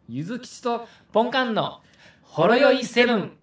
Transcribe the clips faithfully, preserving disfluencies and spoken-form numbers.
ゆずきちとポンカンのほろよいセブン。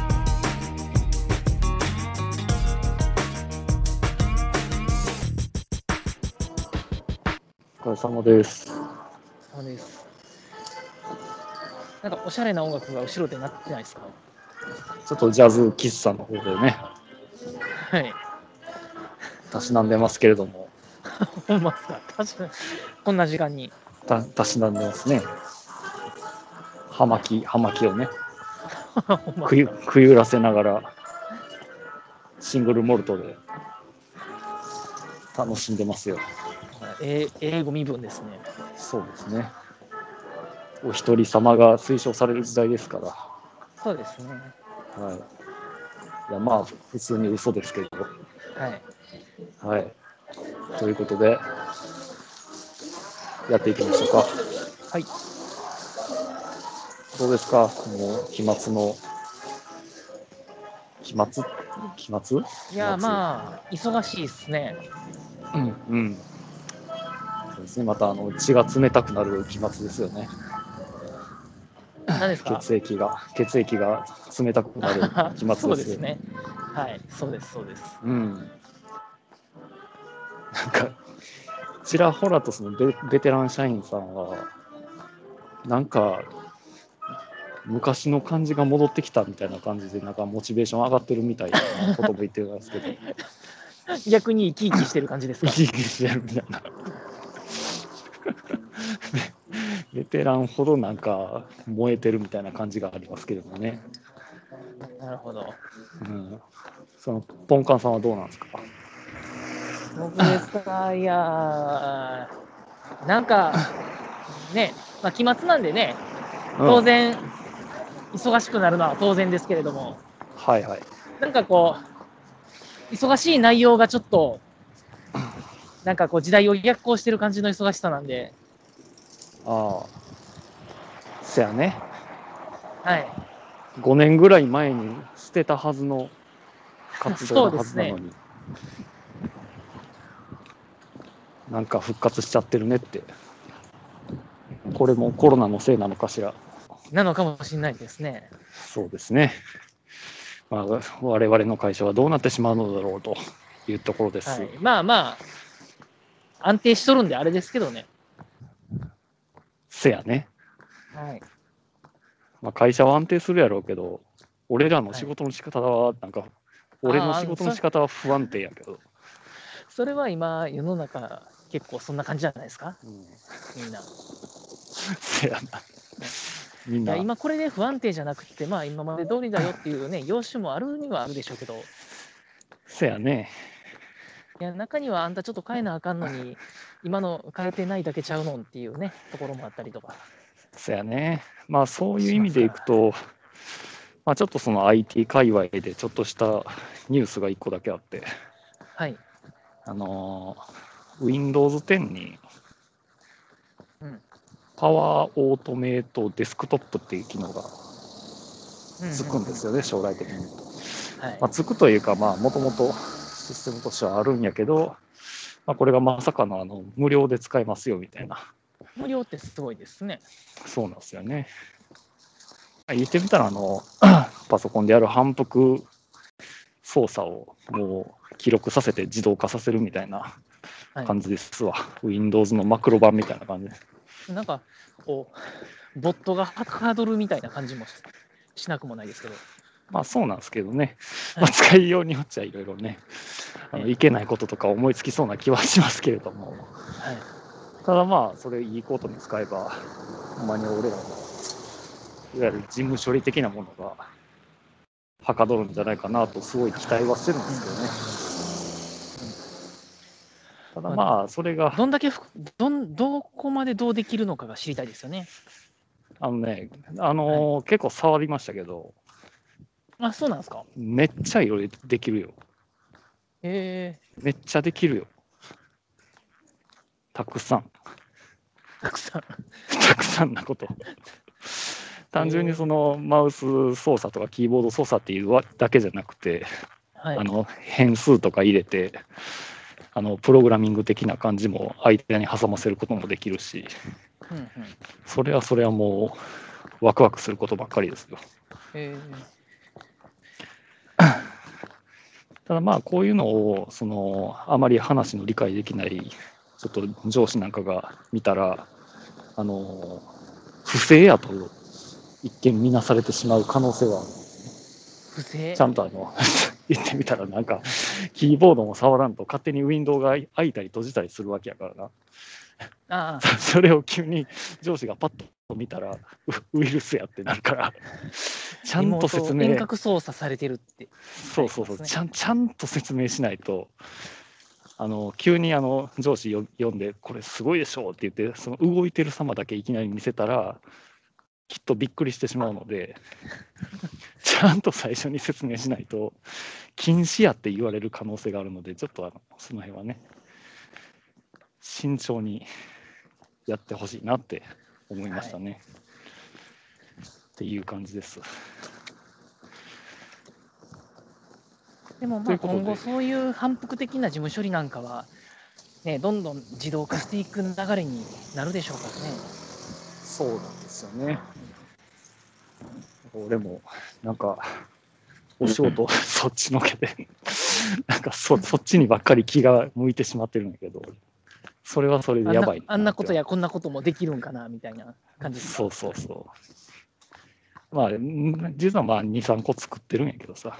お疲れ様です。 そうです。なんかおしゃれな音楽が後ろで鳴ってないですか？ ちょっとジャズ喫茶の方でね、 はい。 たしなんでますけれども、 ほんまですか？確かにこんな時間に。 たたしなんでますね。葉巻葉巻をね、 ほんまくゆくゆらせながらシングルモルトで楽しんでますよ。 え英語身分ですね。 そうですね。お一人様が推奨される時代ですから。 そうですね。 はい。いやまあ普通に嘘ですけど。 はい。 はい。ということでやっていきましょうか。 はい。 どうですか、この期末の期末期末いやまあ忙しいですね。 うんうん。そうですね。またあの血が冷たくなる期末ですよね。 何ですか？ 血液が血液が冷たくなる期末です。 そうですね。はい。そうですそうです。 うん。なんかちらほらとそのベベテラン社員さんはなんか昔の感じが戻ってきたみたいな感じでなんかモチベーション上がってるみたいなことも言ってるんですけど逆に生き生きしてる感じですか？ 生き生きしてるみたいなベテランほどなんか燃えてるみたいな感じがありますけどもね。 なるほど。 うん、そのポンカンさんはどうなんですか？ 僕ですか？いやーなんかね、まあ期末なんでね、当然、うん忙しくなるのは当然ですけれども、 はいはい。 なんかこう、忙しい内容がちょっと、なんかこう、時代を逆行してる感じの忙しさなんで、 ああ、せやね。 はい。 ごねんぐらい前に捨てたはずの活動そのうですね。 はずなのに、なんか復活しちゃってるねって。これもコロナのせいなのかしら。 なのかもしれないですね。 そうですね。まあ、我々の会社はどうなってしまうのだろうというところです。 はい、まあまあ、安定しとるんであれですけどね。 せやね。 はい。 まあ、会社は安定するやろうけど、俺らの仕事の仕方は、なんか、俺の仕事の仕方は不安定やけど。 それは今、世の中、結構そんな感じじゃないですか、うん、みんな。 せやな。みんな。 いや、今これで不安定じゃなくて、まあ今まで通りだよっていうね、要旨もあるにはあるでしょうけど。 せやね。 いや、中にはあんたちょっと変えなあかんのに、今の変えてないだけちゃうのんっていうね、ところもあったりとか。 せやね。まあそういう意味でいくと、まあ、ちょっとその アイティー 界隈でちょっとしたニュースがいっこだけあって、 はい。 あのー、ウィンドウズテン に、パワーオートメイトデスクトップっていう機能がつくんですよね、将来的に。はいまあ、つくというか、まあ、もともとシステムとしてはあるんやけど、まあ、これがまさかのあの無料で使えますよみたいな。 無料ってすごいですね。 そうなんですよね。言ってみたら、あの、パソコンでやる反復操作をもう記録させて自動化させるみたいな感じですわ。はい、Windows のマクロ版みたいな感じです。 なんか、こう、ボットがはかどるみたいな感じも し, しなくもないですけど。 まあそうなんですけどね。まあ、使いようによっちゃいろいろね、あのいけないこととか思いつきそうな気はしますけれども。はい、ただまあ、それいいことに使えば、ほんまに俺らの、いわゆる事務処理的なものがはかどるんじゃないかなと、すごい期待はしてるんですけどね。ただまあ、それが。 どんだけ、どん、どこまでどうできるのかが知りたいですよね。 あのね、あのーはい、結構触りましたけど。 あ、そうなんですか。 めっちゃいろいろできるよ。 へえ。 めっちゃできるよ。たくさん。 たくさん。 たくさんなこと。単純にそのマウス操作とかキーボード操作っていうだけじゃなくて、はい、あの変数とか入れてあのプログラミング的な感じも間に挟ませることもできるし、 うんうん、 それはそれはもうワクワクすることばっかりですよ。 えただまあこういうのをそのあまり話の理解できないちょっと上司なんかが見たら、あの不正やと一見見なされてしまう可能性はある。 不正ちゃんとあの言ってみたら、なんかキーボードも触らんと勝手にウィンドウが開いたり閉じたりするわけやからな。 ああそれを急に上司がパッと見たらウウイルスやってなるから、ちゃんと説明、 遠隔操作されてるって。 そうそうそう、ちゃんちゃんと説明しないと、あの急にあの上司よ読んで、これすごいでしょって言って、その動いてる様だけいきなり見せたら、きっとびっくりしてしまうので、ちゃんと最初に説明しないと、禁止やって言われる可能性があるので、ちょっとあのその辺はね、慎重にやってほしいなって思いましたね。はい、っていう感じです。 でもまあ今後そういう反復的な事務処理なんかは、ね、どんどん自動化していく流れになるでしょうからね。 そうなんですよね。俺もなんかお仕事そっちのけでなんか そ, そっちにばっかり気が向いてしまってるんだけど、それはそれでやばいな。 あんな、あんなことやこんなこともできるんかなみたいな感じですか。 そうそうそう。まあ実はまあにさんこ作ってるんやけどさ、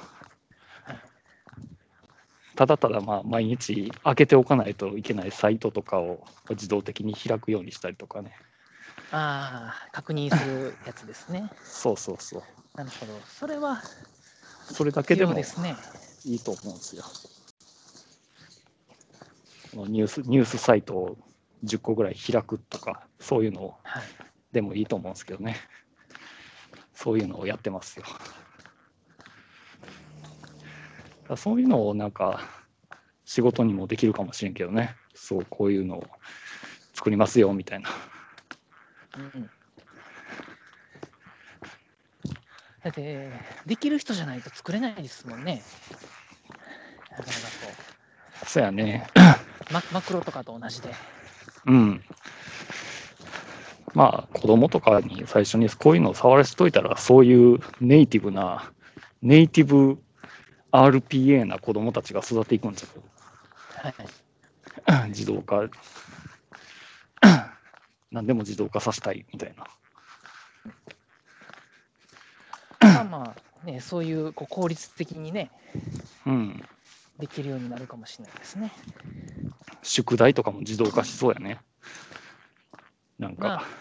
ただただまあ毎日開けておかないといけないサイトとかを自動的に開くようにしたりとかね。 ああ、確認するやつですね。 そうそうそう。 なるほど。それはそれだけでもですね。 いいと思うんですよ。ニュースニュースサイトをじゅっこぐらい開くとか、そういうのでもいいと思うんですけどね。そういうのをやってますよ。そういうのをなんか仕事にもできるかもしれんけどね。そう、こういうのを作りますよみたいな。うん、 だってできる人じゃないと作れないですもんね。なかなかこう。そうやね。 マ, マクロとかと同じで。 うん。まあ子供とかに最初にこういうのを触らせといたら、そういうネイティブなネイティブ アールピーエー な子供たちが育っていくんですよ。はい、自動化何でも自動化させたいみたいな。 まあまあね、そういうこう効率的にね、 うん、 できるようになるかもしれないですね。 宿題とかも自動化しそうやね。なんか。まあ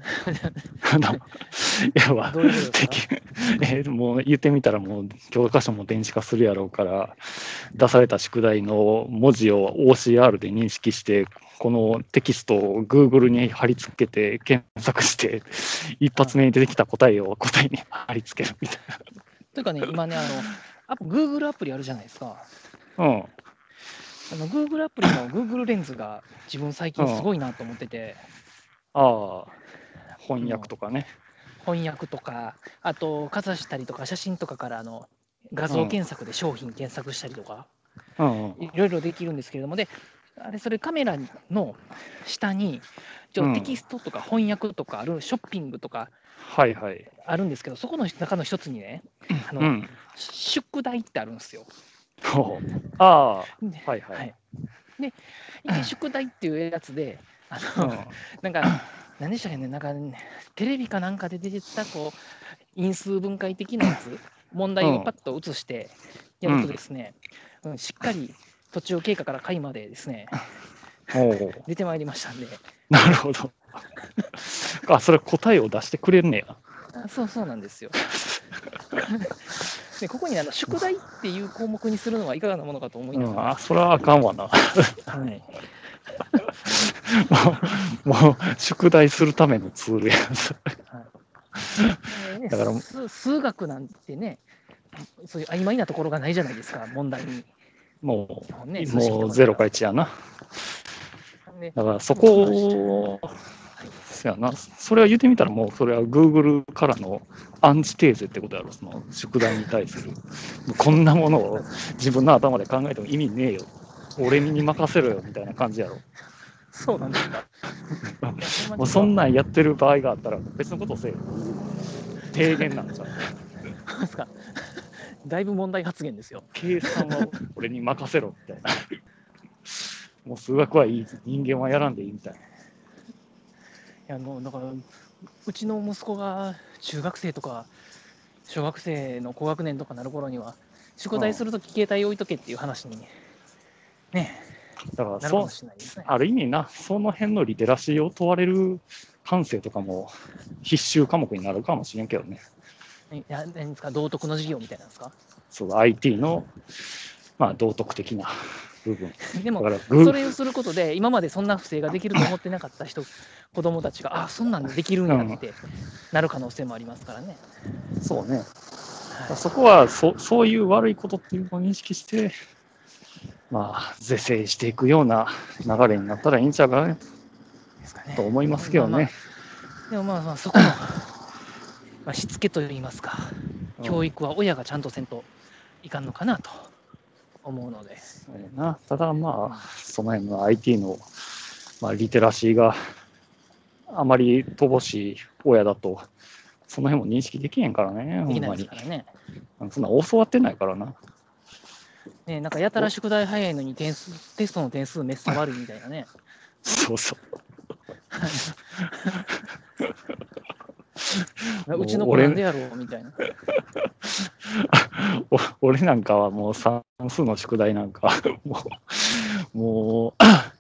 いやまあえー、もう言ってみたらもう教科書も電子化するやろうから、出された宿題の文字を オーシーアール で認識して、このテキストを Google に貼り付けて検索して一発目に出てきた答えを答えに貼り付けるみたいな。 というかね、今ね、あの Google アプリあるじゃないですか。 うん。あの Google アプリの Google レンズが自分最近すごいなと思ってて。 うん、ああ、翻訳とかね。 翻訳とか、あとかざしたりとか写真とかからあの画像検索で商品検索したりとか、うんうん、いろいろできるんですけれども、であれそれカメラの下にちょテキストとか翻訳とかあるショッピングとかあるんですけど、そこの中の一つにね、あの、うん、宿題ってあるんですよ。 ああ、はいはい。はい、 で宿題っていうやつであの、うん、なんか何でしたっけね、なんか、ね、テレビかなんかで出てたこう因数分解的なやつ、問題をパッと写してやるとですね、うんうん、しっかり途中経過から回までですね、出てまいりましたんで。 なるほど。あ、それ答えを出してくれるねや。 あ、そうそうなんですよ。でここにあの宿題っていう項目にするのはいかがなものかと思いながら、 うん、あ、それはあかんわな。はい。もう、もう宿題するためのツールやん。はい、 だから数学なんてね、そういう曖昧なところがないじゃないですか、問題に。 もう、ね、もうゼロかいちやな。だからそこを、やな、それは言ってみたら、もうそれは Google からのアンチテーゼってことやろ、その宿題に対する。こんなものを自分の頭で考えても意味ねえよ。俺に任せろよみたいな感じやろ。 そうなんですか。 もうそんなんやってる場合があったら別のことをせえよ。提言なんじゃん。 そうですか。だいぶ問題発言ですよ。 計算は俺に任せろみたいな。もう数学はいい、人間はやらんでいいみたいな。 いやもうだからうちの息子が中学生とか小学生の高学年とかなる頃には宿題するとき携帯置いとけっていう話にねだからなるかもそしれないですね。 ある意味な、その辺のリテラシーを問われる感性とかも必修科目になるかもしれんけどね。 いや何ですか、道徳の授業みたいなんですか。 そう アイティー の、まあ、道徳的な部分。 でもだからグーそれをすることで今までそんな不正ができると思ってなかった人子供たちがあそんなんできるんやってなる可能性もありますからね。 そうね。 はい、 そこはそそういう悪いことっていうのを認識して、まあ、是正していくような流れになったらいいんちゃうかねですかねと思いますけどね。 まあまあでもまあまあそこの、まあ、しつけといいますか教育は親がちゃんとせんといかんのかなと思うので。 そうやな。ただまあ、その辺の アイティー の、まあ、リテラシーがあまり乏しい親だと、その辺も認識できへんからね、ほできないんまに。 ですからね。 そんな教わってないからな。 ね、なんかやたら宿題早いのに点数テストの点数めっさ悪いみたいなね。 そうそう。 うちの子なんでやろうみたいな。 お俺なんかはもう算数の宿題なんかもうもう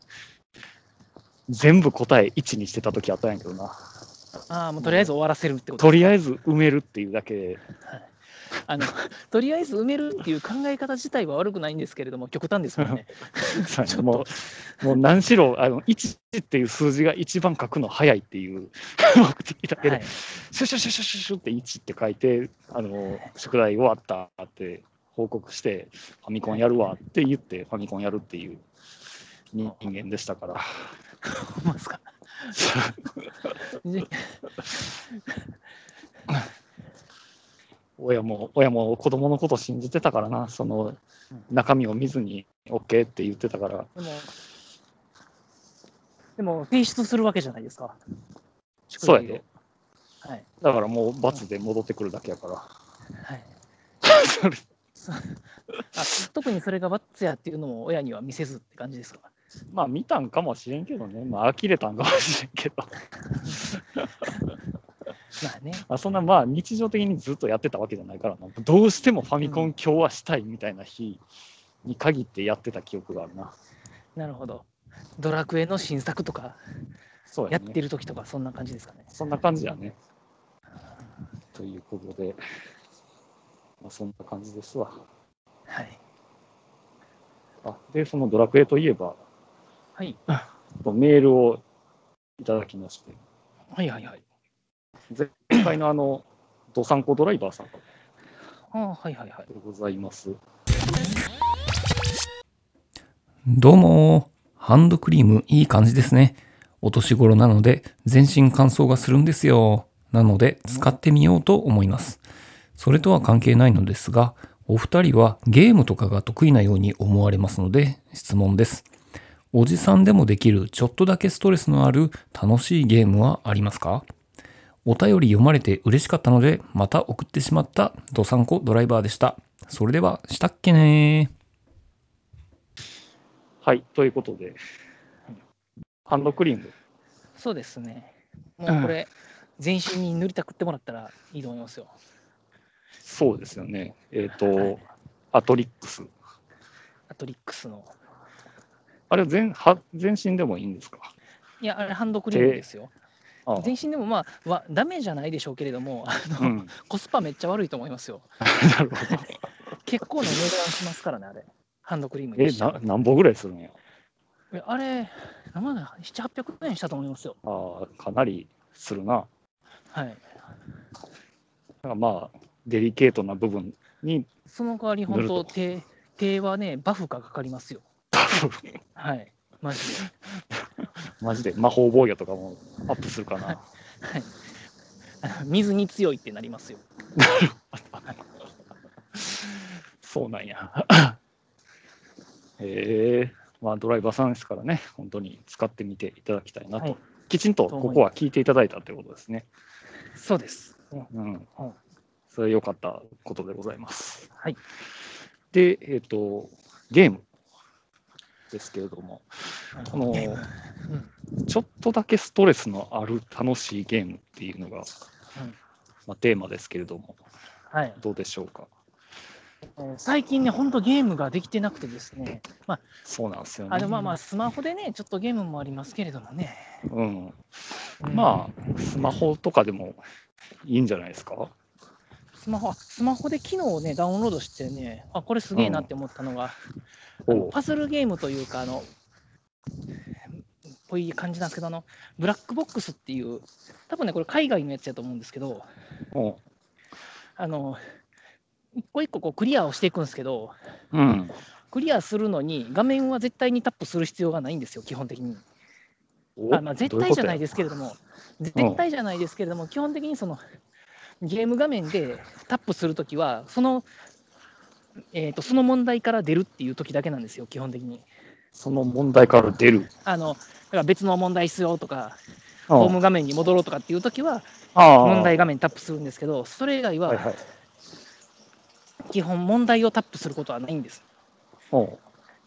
全部答えいちにしてた時あったんやけどな。 ああもうとりあえず終わらせるってこととりあえず埋めるっていうだけで、 あのとりあえず埋めるっていう考え方自体は悪くないんですけれども極端ですもんね。 そうちょっともうもう何しろあのいちっていう数字が一番書くの早いっていう目的だけで、 はい、 シュシュシュシュシュシュっていちって書いて、あの宿題終わったって報告して、ファミコンやるわって言って、ファミコンやるっていう人間でしたから。 ほんまですか。 親も親も子供のこと信じてたからな、その中身を見ずに OK って言ってたから。 でも、でも提出するわけじゃないですか。 そうやで。 はい、 だからもう罰で戻ってくるだけやから。 はいそれあ特にそれが罰やっていうのも親には見せずって感じですか。 まあ見たんかもしれんけどね、まあ呆れたんかもしれんけど。 まあね。 あそんなまあ日常的にずっとやってたわけじゃないからな、どうしてもファミコン今日はしたいみたいな日に限ってやってた記憶があるな。 なるほど。ドラクエの新作とかそうやね。 やってる時とかそんな感じですかね。 そんな感じやね。ということで、まあ、そんな感じですわ。 はい。 あで、そのドラクエといえば、 はい。 メールをいただきまして、 はいはいはい。 前回のあの、ドサンコドライバーさんかああ、はいはいはい。 らでございます。 どうも、ハンドクリームいい感じですね。お年頃なので全身乾燥がするんですよ。なので使ってみようと思います。それとは関係ないのですが、お二人はゲームとかが得意なように思われますので質問です。おじさんでもできるちょっとだけストレスのある楽しいゲームはありますか？お便り読まれて嬉しかったのでまた送ってしまったドサンコドライバーでした。それではしたっけねー。 はい、ということで、ハンドクリーム。 そうですね。もうこれ、全身に塗りたくってもらったらいいと思いますよ。 そうですよね。えっ、と、 はいアトリックス。 アトリックスの。 あれ全は、全身でもいいんですか？ いや、あれハンドクリームですよ。 ああ全身でもまあ、わダメじゃないでしょうけれども、あの、 うん、 コスパめっちゃ悪いと思いますよ。 なるほど。 結構な値段しますからね、あれ。ハンドクリームえ、 にしてもな、何本ぐらいするんや。 えあれ、生でなな、はっぴゃくえんしたと思いますよ。 ああ、かなりするな。 はい。 だからまあ、デリケートな部分に、 その代わり、本当塗ると手、手はね、バフがかかりますよ。はい。マジで。 マジで魔法防御とかもアップするかな。 はい。あの水に強いってなりますよ。 そうなんや。へえ。 まあ、ドライバーさんですからね、本当に使ってみていただきたいなと、 はいきちんとここは聞いていただいたということですね。 そうです。 うん、 はいそれは良かったことでございます。 はい。 で、えっ、と、ゲームですけれども、このゲームうんちょっとだけストレスのある楽しいゲームっていうのが、 うんまあ、テーマですけれども、 はい。 どうでしょうか。 えー最近ね、本当ゲームができてなくてですね、まあ、 そうなんですよね。 あでもまあまあ、スマホでね、ちょっとゲームもありますけれどもね。 うん、 うんまあ、スマホとかでもいいんじゃないですか。 スマホ、あスマホで機能をね、ダウンロードしてね、あ、これすげえなって思ったのが、あのおうパズルゲームというか、あの、こういう感じなんですけど、あの、ブラックボックスっていう、多分ね、これ海外のやつやと思うんですけど、 おうあの、一個一個こうクリアをしていくんですけど、 うん。 クリアするのに画面は絶対にタップする必要がないんですよ、基本的に。 おあまあ、絶どういうことや対じゃないですけれども、絶対じゃないですけれども、基本的にそのゲーム画面でタップするときは、その、えーと、その問題から出るっていうときだけなんですよ、基本的に。 その問題から出る。 あのだから別の問題必要とか、 うんホーム画面に戻ろうとかっていうときは、 ああ問題画面にタップするんですけど、それ以外ははいはい。 基本問題をタップすることはないんです。 おう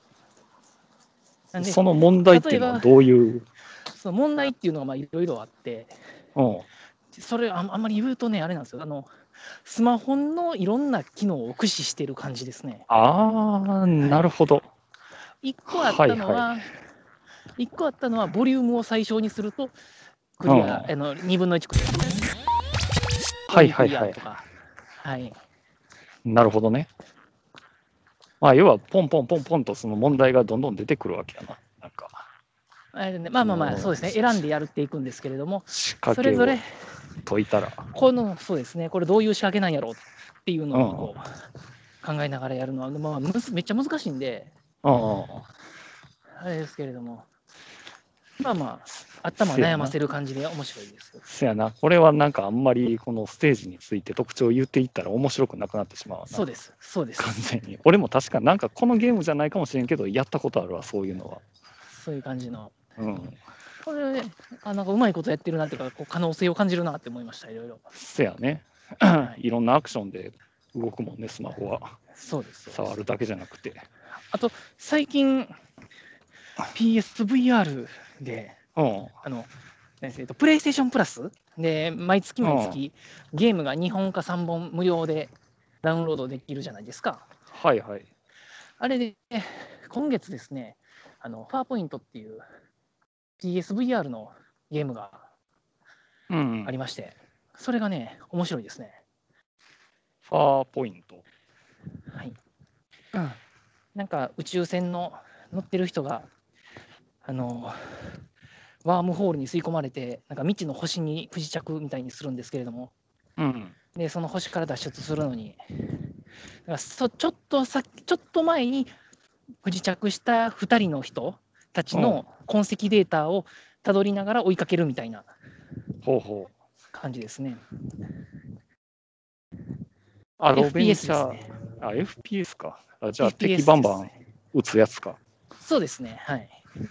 なんで、 その問題っていうのはどういう。 その問題っていうのがまあいろいろあって、 うんそれああんまり言うとね、あれなんですよ。あのスマホのいろんな機能を駆使している感じですね。 ああ、なるほど。 いっこあったのは、いっこあったのは、ボリュームを最小にすると、クリア、 うんあのにぶんのいちクリア。 はいはいはいクリアと。か。はい。 なるほどね。まあ、要は、ポンポンポンポンとその問題がどんどん出てくるわけやな。なんか、 あれねまあまあまあ、 そのそうですね。選んでやるっていくんですけれども、 仕掛けをそれぞれ、 解いたら。 この、そうですね、これどういう仕掛けなんやろうっていうのをこう考えながらやるのは、まあ、むずめっちゃ難しいんで、 うんうんあれですけれども、まあまあ、頭せやな悩ませる感じで面白いです。 せやな、これはなんかあんまりこのステージについて特徴を言っていったら面白くなくなってしまうな。 そうです、そうです。 完全に。俺も確かなんかこのゲームじゃないかもしれんけど、やったことあるわ、そういうのは。 そういう感じの。 うん。 これ、あなんかうまいことやってるなっていうか、こう可能性を感じるなって思いました、いろいろ。 せやね。 はいいろんなアクションで動くもんね、スマホは。 そうです。そうです触るだけじゃなくて。 あと、最近、ピーエスブイアール で、 うん。 あの、えっと、プレイステーションプラスで、毎月毎月、ゲームがにほんかさんぼん無料でダウンロードできるじゃないですか。 はいはい。 あれで、今月ですね、あの、ファーポイントっていう ピーエスブイアール のゲームがうん。 ありまして、それがね、面白いですね。 ファーポイント。 はい。なんか宇宙船の乗ってる人が、あの、ワームホールに吸い込まれて、なんか未知の星に不時着みたいにするんですけれども、 うん。 で、その星から脱出するのに、だからそちょっとさちょっと前に不時着したふたりの人たちの痕跡データをたどりながら追いかけるみたいなほうほう。 感じですね。 アドベンエフピーエスチャー。 ですね。 あ、エフピーエス か。あじゃあエフピーエス敵バンバンですね撃つやつか。 そうですね。はい。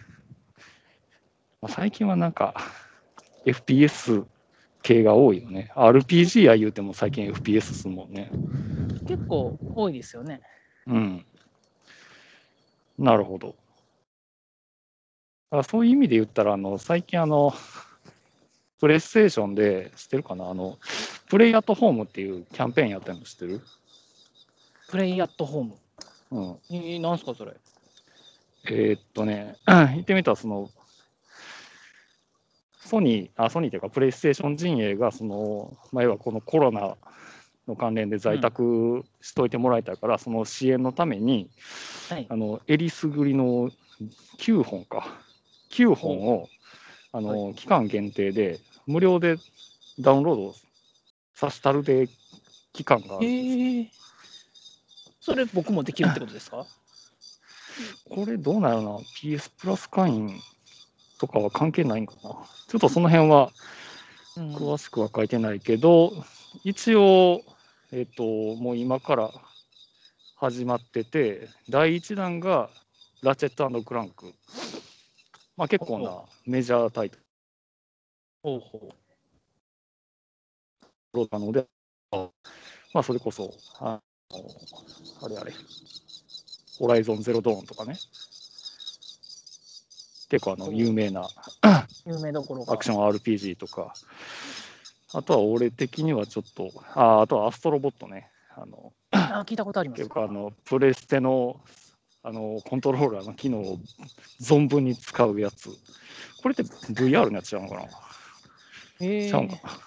まあ最近はなんか エフピーエス 系が多いよね。アールピージー や言うても最近 エフピーエス するもんね。 結構多いですよね。 うん。なるほど。あそういう意味で言ったら、あの最近あの、プレイステーションで、知ってるかなあの、プレイアットホームっていうキャンペーンやってるの知ってる？ プレイアットホーム。 うん。 えー、なんすか、それ。 えーっとね、言ってみたら、その、ソニー、あ、ソニーというか、プレイステーション陣営が、その、前はこのコロナの関連で在宅しといてもらいたいから、うん、その支援のために、はい、あの、えりすぐりのきゅうほんか、きゅうほんを、あの、はい、期間限定で、無料でダウンロードさせたるで期間があるんです。 えー、それ僕もできるってことですか？ これどうなるな ピーエス プラス会員とかは関係ないんかな。ちょっとその辺は詳しくは書いてないけど、うん、一応、えっと、もう今から始まってて、だいいちだんがラチェット&クランク。まあ結構なメジャータイトほうほルなので、まあそれこそ、あのあれあれ、ホライゾンゼロドーンとかね、結構あの有名なう。有名どころか。 アクション アールピージー とか、あとは俺的にはちょっと、ああとはアストロボットね、あのあ、聞いたことあります。 結構あのプレステのあのコントローラーの機能を存分に使うやつ。これって ブイアール のやつちゃうのかな、 へちゃうんかえ。 な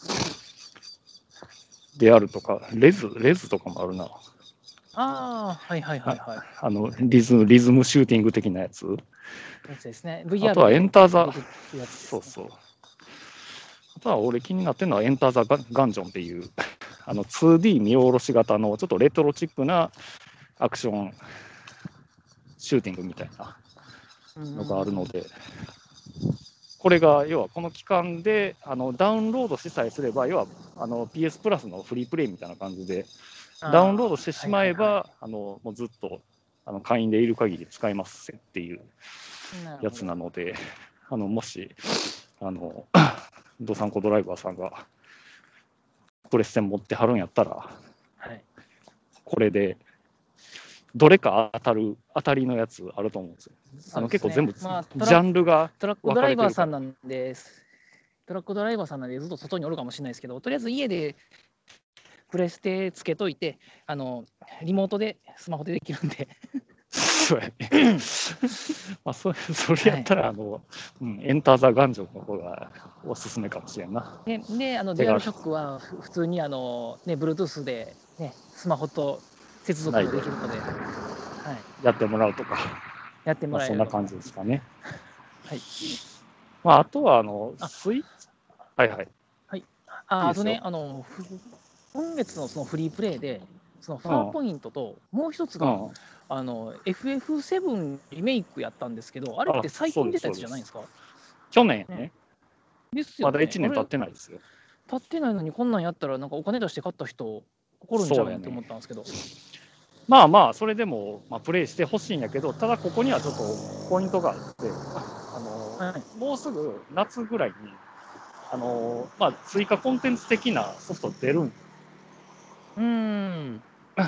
であるとか、レズ、レズとかもあるな。 ああ、はいはいはいはい。 あのリズム、リズムシューティング的なやつ。 やつですね。 あブイアールとはエンターザ、 で出てくるやつですね。 そうそう。あとは俺気になってるのはエンターザガガンジョンっていう、あの ツーディー 見下ろし型のちょっとレトロチックなアクションシューティングみたいなのがあるので、これが要はこの期間であのダウンロードしさえすれば、要はあの ピーエス プラスのフリープレイみたいな感じで、ダウンロードしてしまえば、あのもうずっとあの会員でいる限り使えますっていうやつなので、あのもしあのドサンコドライバーさんがプレステ持ってはるんやったら、 はい、 これでどれか当たる当たりのやつあると思うんですよ。あの結構全部、 まあ、 ジャンルがトラックドライバーさんなんで、トラックドライバーさんなんでずっと外におるかもしれないですけど、とりあえず家でプレステつけといて、あのリモートでスマホでできるんで。 そうやね。まあそれそれやったら、はい、あの、うん、エンターザガンジョンの方がおすすめかもしれんな。 で、であのデュアルショックは普通にあの、ね、Bluetooth で、ね、スマホと接続もできるので、はい、 やってもらうとか、 やってもらえる、 まあ、そんな感じですかね。 はい。 まあ、あとはあのスイッチ、はいはい。 はい、あ, あとね、あの今月のそのフリープレイで、そのファーポイントと、もう一つが、うん、あの エフエフセブン リメイクやったんですけど、あれって最近出たやつじゃないですか？ 去年ね。 ねですよね。 まだいちねん経ってないですよ。 経ってないのに、こんなんやったら、なんかお金出して買った人、怒るんちゃうのって思ったんですけど。ね、 まあまあ、それでも、まあ、プレイしてほしいんやけど、ただここにはちょっとポイントがあって、あの、はい、もうすぐ夏ぐらいに、あのまあ、追加コンテンツ的なソフト出るんうーん。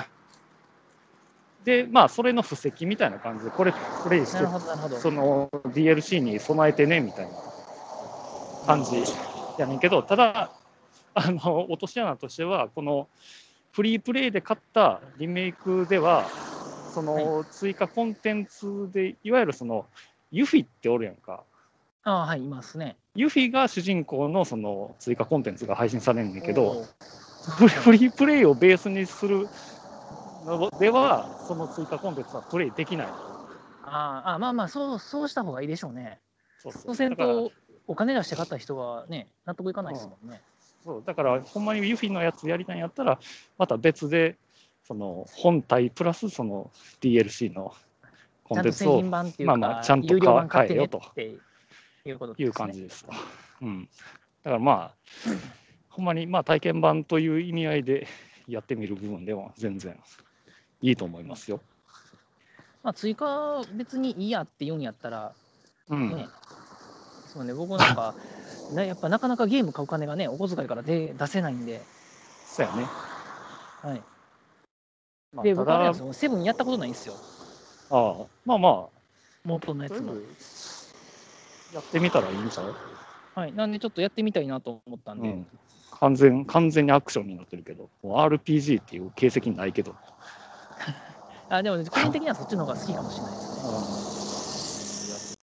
で、まあ、それの布石みたいな感じで、これプレイして、その ディーエルシー に備えてねみたいな感じやねんけど、ただ、あの落とし穴としては、このフリープレイで買ったリメイクでは、その追加コンテンツで、いわゆるそのユフィっておるやんか。 ああ、はい、いますね。 ユフィが主人公のその追加コンテンツが配信されるんだけど、フリープレイをベースにするのでは、その追加コンテンツはプレイできない。 ああ、まあまあ、そう、そうした方がいいでしょうね。 そうそう。 そうせんと、お金出して買った人はね、納得いかないですもんね。 うん、そうだから、ほんまにユフィのやつやりたいんやったら、また別で、その本体プラスその ディーエルシー のコンテンツを、まあまあ、ちゃんと買えよという感じですわ。うん。だからまあ、ほんまにまあ体験版という意味合いでやってみる部分では全然いいと思いますよ。 まあ、追加別にいいやって言うんやったら、 うんね、そうね、僕なんか、やっぱなかなかゲーム買う金がね、お小遣いからで出せないんで。 そうやね。 はい。 まあ、 で、僕あれなんですよ、セブンやったことないんですよ。 ああ、まあまあ、 元のやつも。 やってみたらいいんちゃう？ はい、なんでちょっとやってみたいなと思ったんで。うん、 完全、完全にアクションになってるけど、もう アールピージー っていう形跡ないけど。 あ、でも、ね、個人的にはそっちの方が好きかもしれないですね。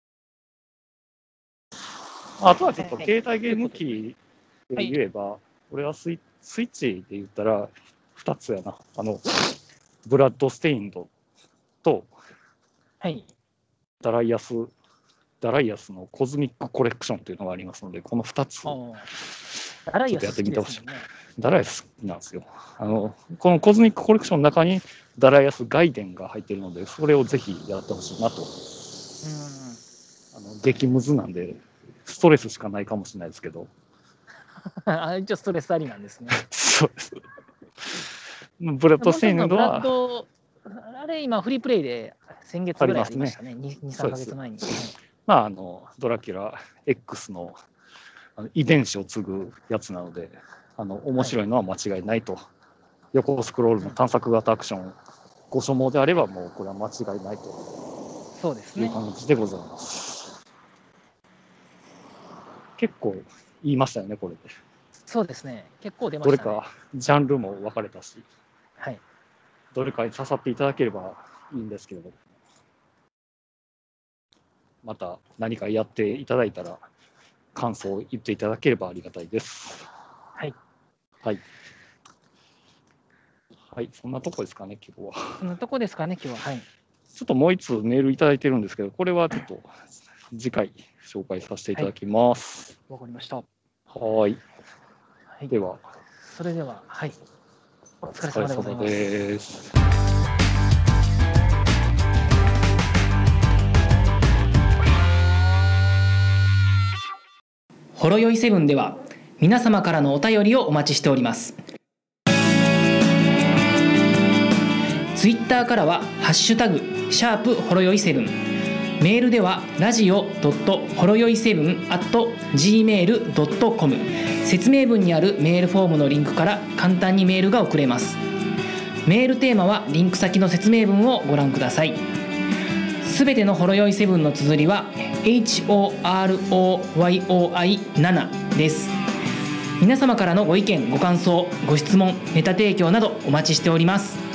あとはちょっと携帯ゲーム機で言えば、はい、俺はスイスイッチで言ったらふたつやな。あの、ブラッドステインドと、 はい、 ダライアス、ダライアスのコズミックコレクションというのがありますので、このふたつ、ちょっとやってみてほしい。ダライアス好きなんですよ。あの、このコズミックコレクションの中にダライアス外伝が入っているので、それをぜひやってほしいなと。うん、あの激ムズなんで、ストレスしかないかもしれないですけど。 あ、一応ストレスありなんですね。 そうです。ブラッドステインドは。 あれ、今、フリープレイで先月ぐらいありましたね。に、さんかげつまえに。 まあ、あのドラキュラ X の、あの遺伝子を継ぐやつなので、あの面白いのは間違いないと、はい、横スクロールの探索型アクションご所望であれば、もうこれは間違いないとそうですね。 いう感じでございます。結構言いましたよね、これで。 そうですね。結構出ましたね。 どれかジャンルも分かれたし、 はい、 どれかに刺さっていただければいいんですけれど、また何かやっていただいたら、感想を言っていただければありがたいです。 はい。 はい。はい、そんなとこですかね、今日は。 そんなとこですかね、今日は。はい。 ちょっともう一つメールいただいてるんですけど、これはちょっと次回紹介させていただきます。 わ、はい、かりました。 はい。はい、では。 それでは、はい。お疲れ様でございます。 です。 ほろよいセブンでは皆様からのお便りをお待ちしております。ツイッターからはハッシュタグシャープほろよいセブン、メールではラジオドットほろよいセブンアットジーメールドットコム、説明文にあるメールフォームのリンクから簡単にメールが送れます。メールテーマはリンク先の説明文をご覧ください。すべてのほろよいセブンの綴りは エイチオーアールオーワイオーアイセブン です。皆様からのご意見、ご感想、ご質問、ネタ提供などお待ちしております。